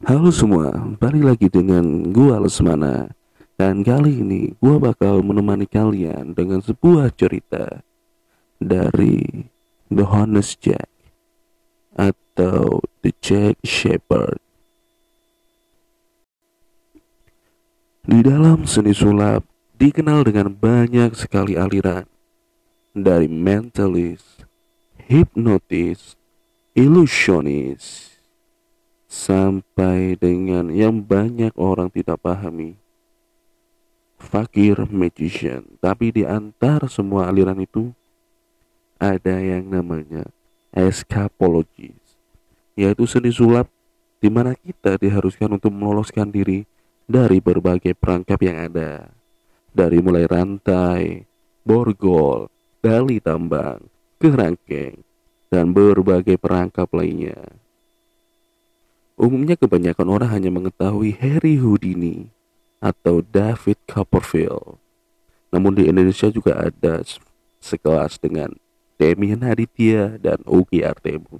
Halo semua, balik lagi dengan gua Lesmana. Dan kali ini gua bakal menemani kalian dengan sebuah cerita dari The Honest Jack atau The Jack Shepherd. Di dalam seni sulap dikenal dengan banyak sekali aliran, dari mentalist, hipnotis, illusionis, sampai dengan yang banyak orang tidak pahami, fakir magician. Tapi di antara semua aliran itu ada yang namanya escapologis, yaitu seni sulap di mana kita diharuskan untuk meloloskan diri dari berbagai perangkap yang ada, dari mulai rantai, borgol, tali tambang, kerangkeng, dan berbagai perangkap lainnya. Umumnya kebanyakan orang hanya mengetahui Harry Houdini atau David Copperfield. Namun di Indonesia juga ada sekelas dengan Demian Aditya dan Ugi Artemus.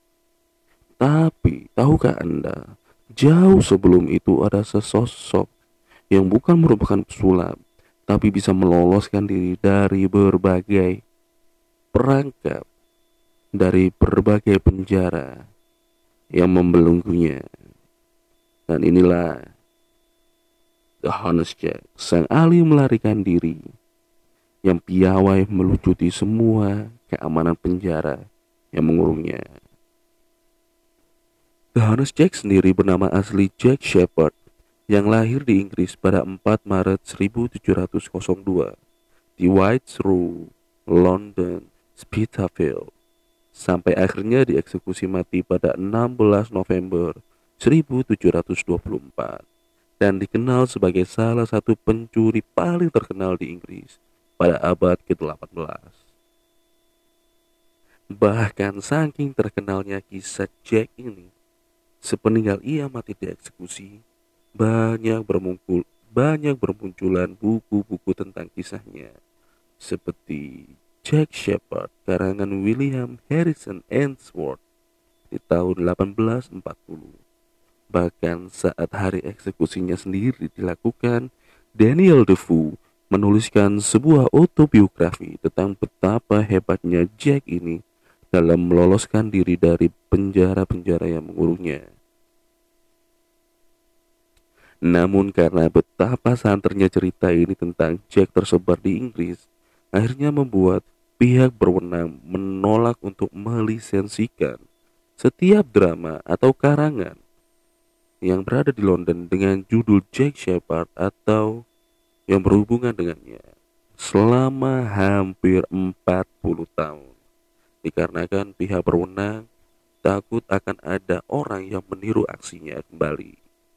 Tapi tahukah Anda, jauh sebelum itu ada sesosok yang bukan merupakan pesulap, tapi bisa meloloskan diri dari berbagai perangkap, dari berbagai penjara yang membelenggunya. Dan inilah The Honest Jack, sang ahli melarikan diri yang piawai melucuti semua keamanan penjara yang mengurungnya. The Honest Jack sendiri bernama asli Jack Shepherd yang lahir di Inggris pada 4 Maret 1702 di Whitehall, London, Spitalfields, sampai akhirnya dieksekusi mati pada 16 November 1724 dan dikenal sebagai salah satu pencuri paling terkenal di Inggris pada abad ke-18. Bahkan saking terkenalnya kisah Jack ini, sepeninggal ia mati dieksekusi, banyak bermunculan buku-buku tentang kisahnya, seperti Jack Shepherd karangan William Harrison Ainsworth di tahun 1840. Bahkan saat hari eksekusinya sendiri dilakukan, Daniel Defoe menuliskan sebuah autobiografi tentang betapa hebatnya Jack ini dalam meloloskan diri dari penjara-penjara yang mengurungnya. Namun karena betapa santernya cerita ini tentang Jack tersebar di Inggris, akhirnya membuat pihak berwenang menolak untuk melisensikan setiap drama atau karangan yang berada di London dengan judul Jack Shepherd atau yang berhubungan dengannya selama hampir 40 tahun. Dikarenakan pihak berwenang takut akan ada orang yang meniru aksinya kembali.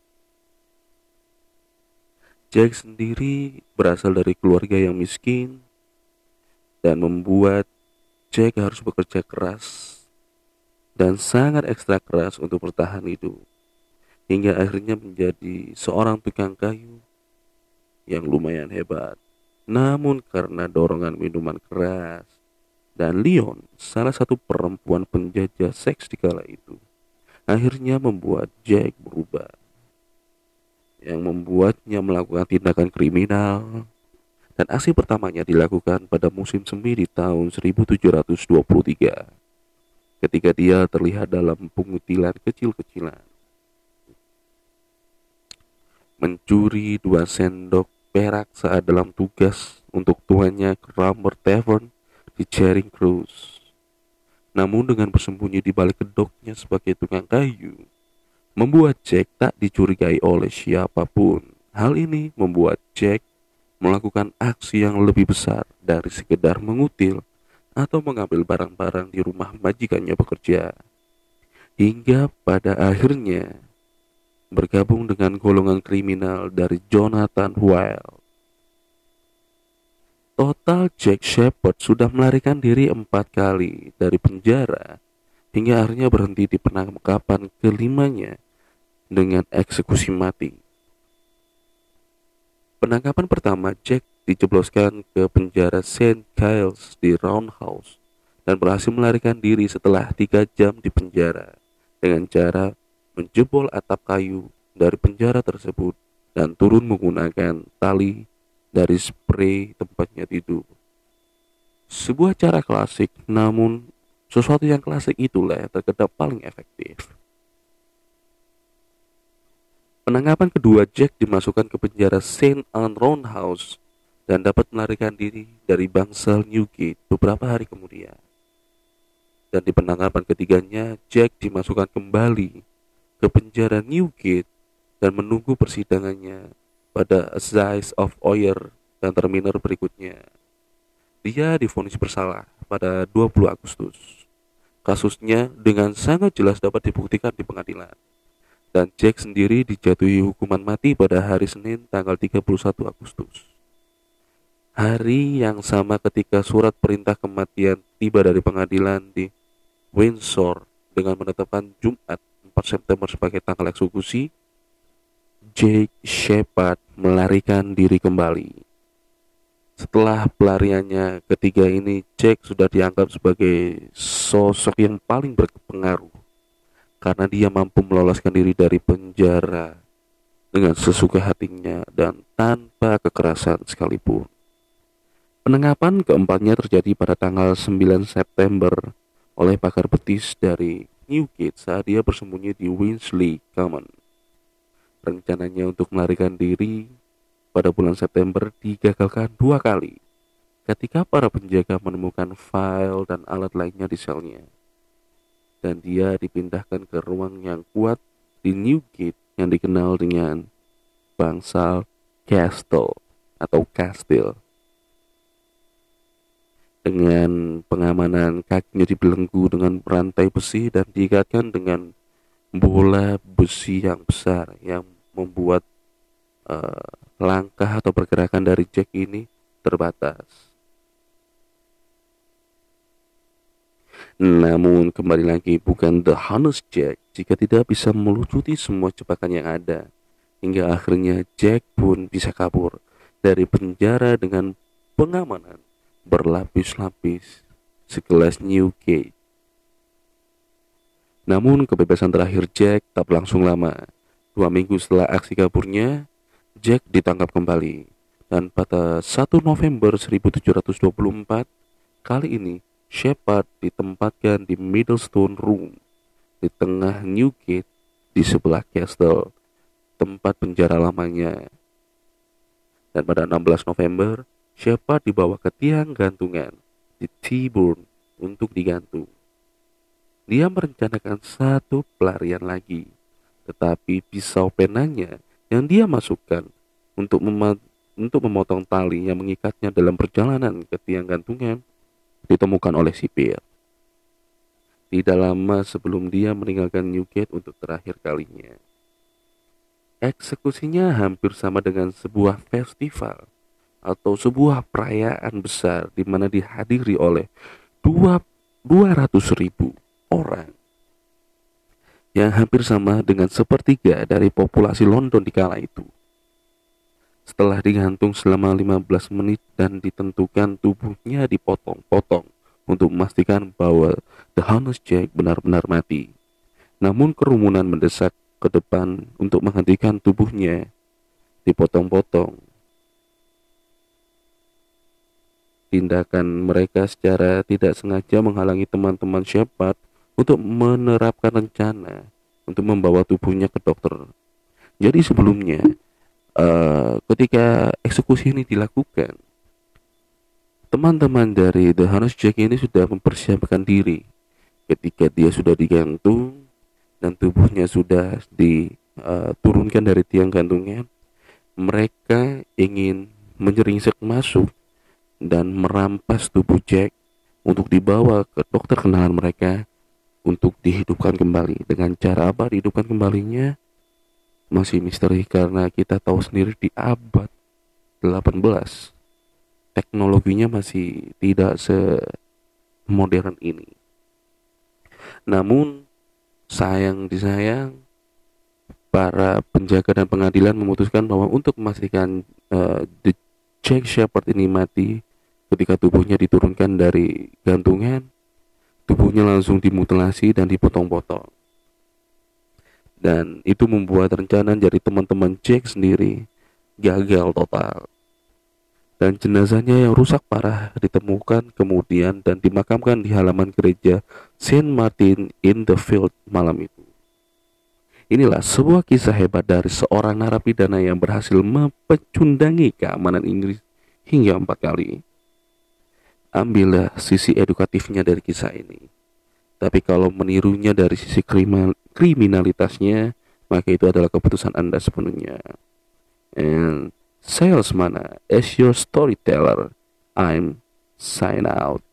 Jack sendiri berasal dari keluarga yang miskin dan membuat Jack harus bekerja keras dan sangat ekstra keras untuk bertahan hidup, hingga akhirnya menjadi seorang tukang kayu yang lumayan hebat. Namun karena dorongan minuman keras dan Leon, salah satu perempuan penjajah seks di kala itu, akhirnya membuat Jack berubah, yang membuatnya melakukan tindakan kriminal. Dan aksi pertamanya dilakukan pada musim semi di tahun 1723, ketika dia terlihat dalam pengutilan kecil-kecilan, mencuri 2 sendok perak saat dalam tugas untuk tuannya Cranmer Tavern di Charing Cross. Namun dengan bersembunyi di balik kedoknya sebagai tukang kayu, membuat Jack tak dicurigai oleh siapapun. Hal ini membuat Jack melakukan aksi yang lebih besar dari sekedar mengutil atau mengambil barang-barang di rumah majikannya bekerja, hingga pada akhirnya bergabung dengan golongan kriminal dari Jonathan Wild. Total Jack Shepherd sudah melarikan diri 4 kali dari penjara hingga akhirnya berhenti di penangkapan kelimanya dengan eksekusi mati. Penangkapan pertama, Jack dijebloskan ke penjara Saint Giles di Roundhouse dan berhasil melarikan diri setelah 3 jam di penjara dengan cara menjebol atap kayu dari penjara tersebut dan turun menggunakan tali dari spray tempatnya tidur. Sebuah cara klasik, namun sesuatu yang klasik itulah yang terkedap paling efektif. Penangkapan kedua, Jack dimasukkan ke penjara Saint Anne Roundhouse dan dapat melarikan diri dari bangsal Newgate beberapa hari kemudian. Dan di penangkapan ketiganya, Jack dimasukkan kembali ke penjara Newgate dan menunggu persidangannya pada Assize of Oyer dan terminer berikutnya. Dia divonis bersalah pada 20 Agustus. Kasusnya dengan sangat jelas dapat dibuktikan di pengadilan. Dan Jack sendiri dijatuhi hukuman mati pada hari Senin tanggal 31 Agustus. Hari yang sama ketika surat perintah kematian tiba dari pengadilan di Windsor dengan menetapkan Jumat 4 September sebagai tanggal eksekusi, Jake Shepard melarikan diri kembali. Setelah pelariannya ketiga ini, Jack sudah dianggap sebagai sosok yang paling berpengaruh karena dia mampu meloloskan diri dari penjara dengan sesuka hatinya dan tanpa kekerasan sekalipun. Penangkapan keempatnya terjadi pada tanggal 9 September oleh pakar betis dari Newgate saat dia bersembunyi di Winsley Common. Rencananya untuk melarikan diri pada bulan September digagalkan 2 kali ketika para penjaga menemukan file dan alat lainnya di selnya. Dan dia dipindahkan ke ruang yang kuat di Newgate yang dikenal dengan bangsal Castle atau Castle. Dengan pengamanan, kakinya dibelenggu dengan rantai besi dan diikatkan dengan bola besi yang besar yang membuat langkah atau pergerakan dari Jack ini terbatas. Namun kembali lagi, bukan The Honest Jack jika tidak bisa melucuti semua jebakan yang ada. Hingga akhirnya Jack pun bisa kabur dari penjara dengan pengamanan berlapis-lapis sekelas Newgate. Namun kebebasan terakhir Jack tak berlangsung lama. 2 minggu setelah aksi kaburnya, Jack ditangkap kembali. Dan pada 1 November 1724, kali ini Shepard ditempatkan di Middlestone Room di tengah Newgate di sebelah Castle, tempat penjara lamanya. Dan pada 16 November, Shepard dibawa ke tiang gantungan di Tyburn untuk digantung. Dia merencanakan satu pelarian lagi, tetapi pisau penanya yang dia masukkan untuk memotong tali yang mengikatnya dalam perjalanan ke tiang gantungan ditemukan oleh sipir. Tidak lama sebelum dia meninggalkan Newgate untuk terakhir kalinya. Eksekusinya hampir sama dengan sebuah festival atau sebuah perayaan besar di mana dihadiri oleh 200.000 orang, yang hampir sama dengan sepertiga dari populasi London di kala itu. Setelah digantung selama 15 menit dan ditentukan, tubuhnya dipotong-potong untuk memastikan bahwa The Honest Jack benar-benar mati. Namun kerumunan mendesak ke depan untuk menghentikan tubuhnya dipotong-potong. Tindakan mereka secara tidak sengaja menghalangi teman-teman Shepard untuk menerapkan rencana untuk membawa tubuhnya ke dokter. Jadi sebelumnya, ketika eksekusi ini dilakukan, teman-teman dari The Honest Jack ini sudah mempersiapkan diri. Ketika dia sudah digantung dan tubuhnya sudah diturunkan dari tiang gantungnya, mereka ingin menyeringsek masuk dan merampas tubuh Jack untuk dibawa ke dokter kenalan mereka untuk dihidupkan kembali. Dengan cara apa dihidupkan kembalinya masih misteri, karena kita tahu sendiri di abad 18 teknologinya masih tidak semodern ini. Namun sayang disayang, para penjaga dan pengadilan memutuskan bahwa untuk memastikan The Jack Shepard ini mati, ketika tubuhnya diturunkan dari gantungan, tubuhnya langsung dimutilasi dan dipotong-potong. Dan itu membuat rencana dari teman-teman Jack sendiri gagal total. Dan jenazahnya yang rusak parah ditemukan kemudian dan dimakamkan di halaman gereja Saint Martin in the Field malam itu. Inilah sebuah kisah hebat dari seorang narapidana yang berhasil mempecundangi keamanan Inggris hingga 4 kali. Ambillah sisi edukatifnya dari kisah ini. Tapi kalau menirunya dari sisi kriminalitasnya, maka itu adalah keputusan Anda sepenuhnya. And salesman, as your storyteller, I'm sign out.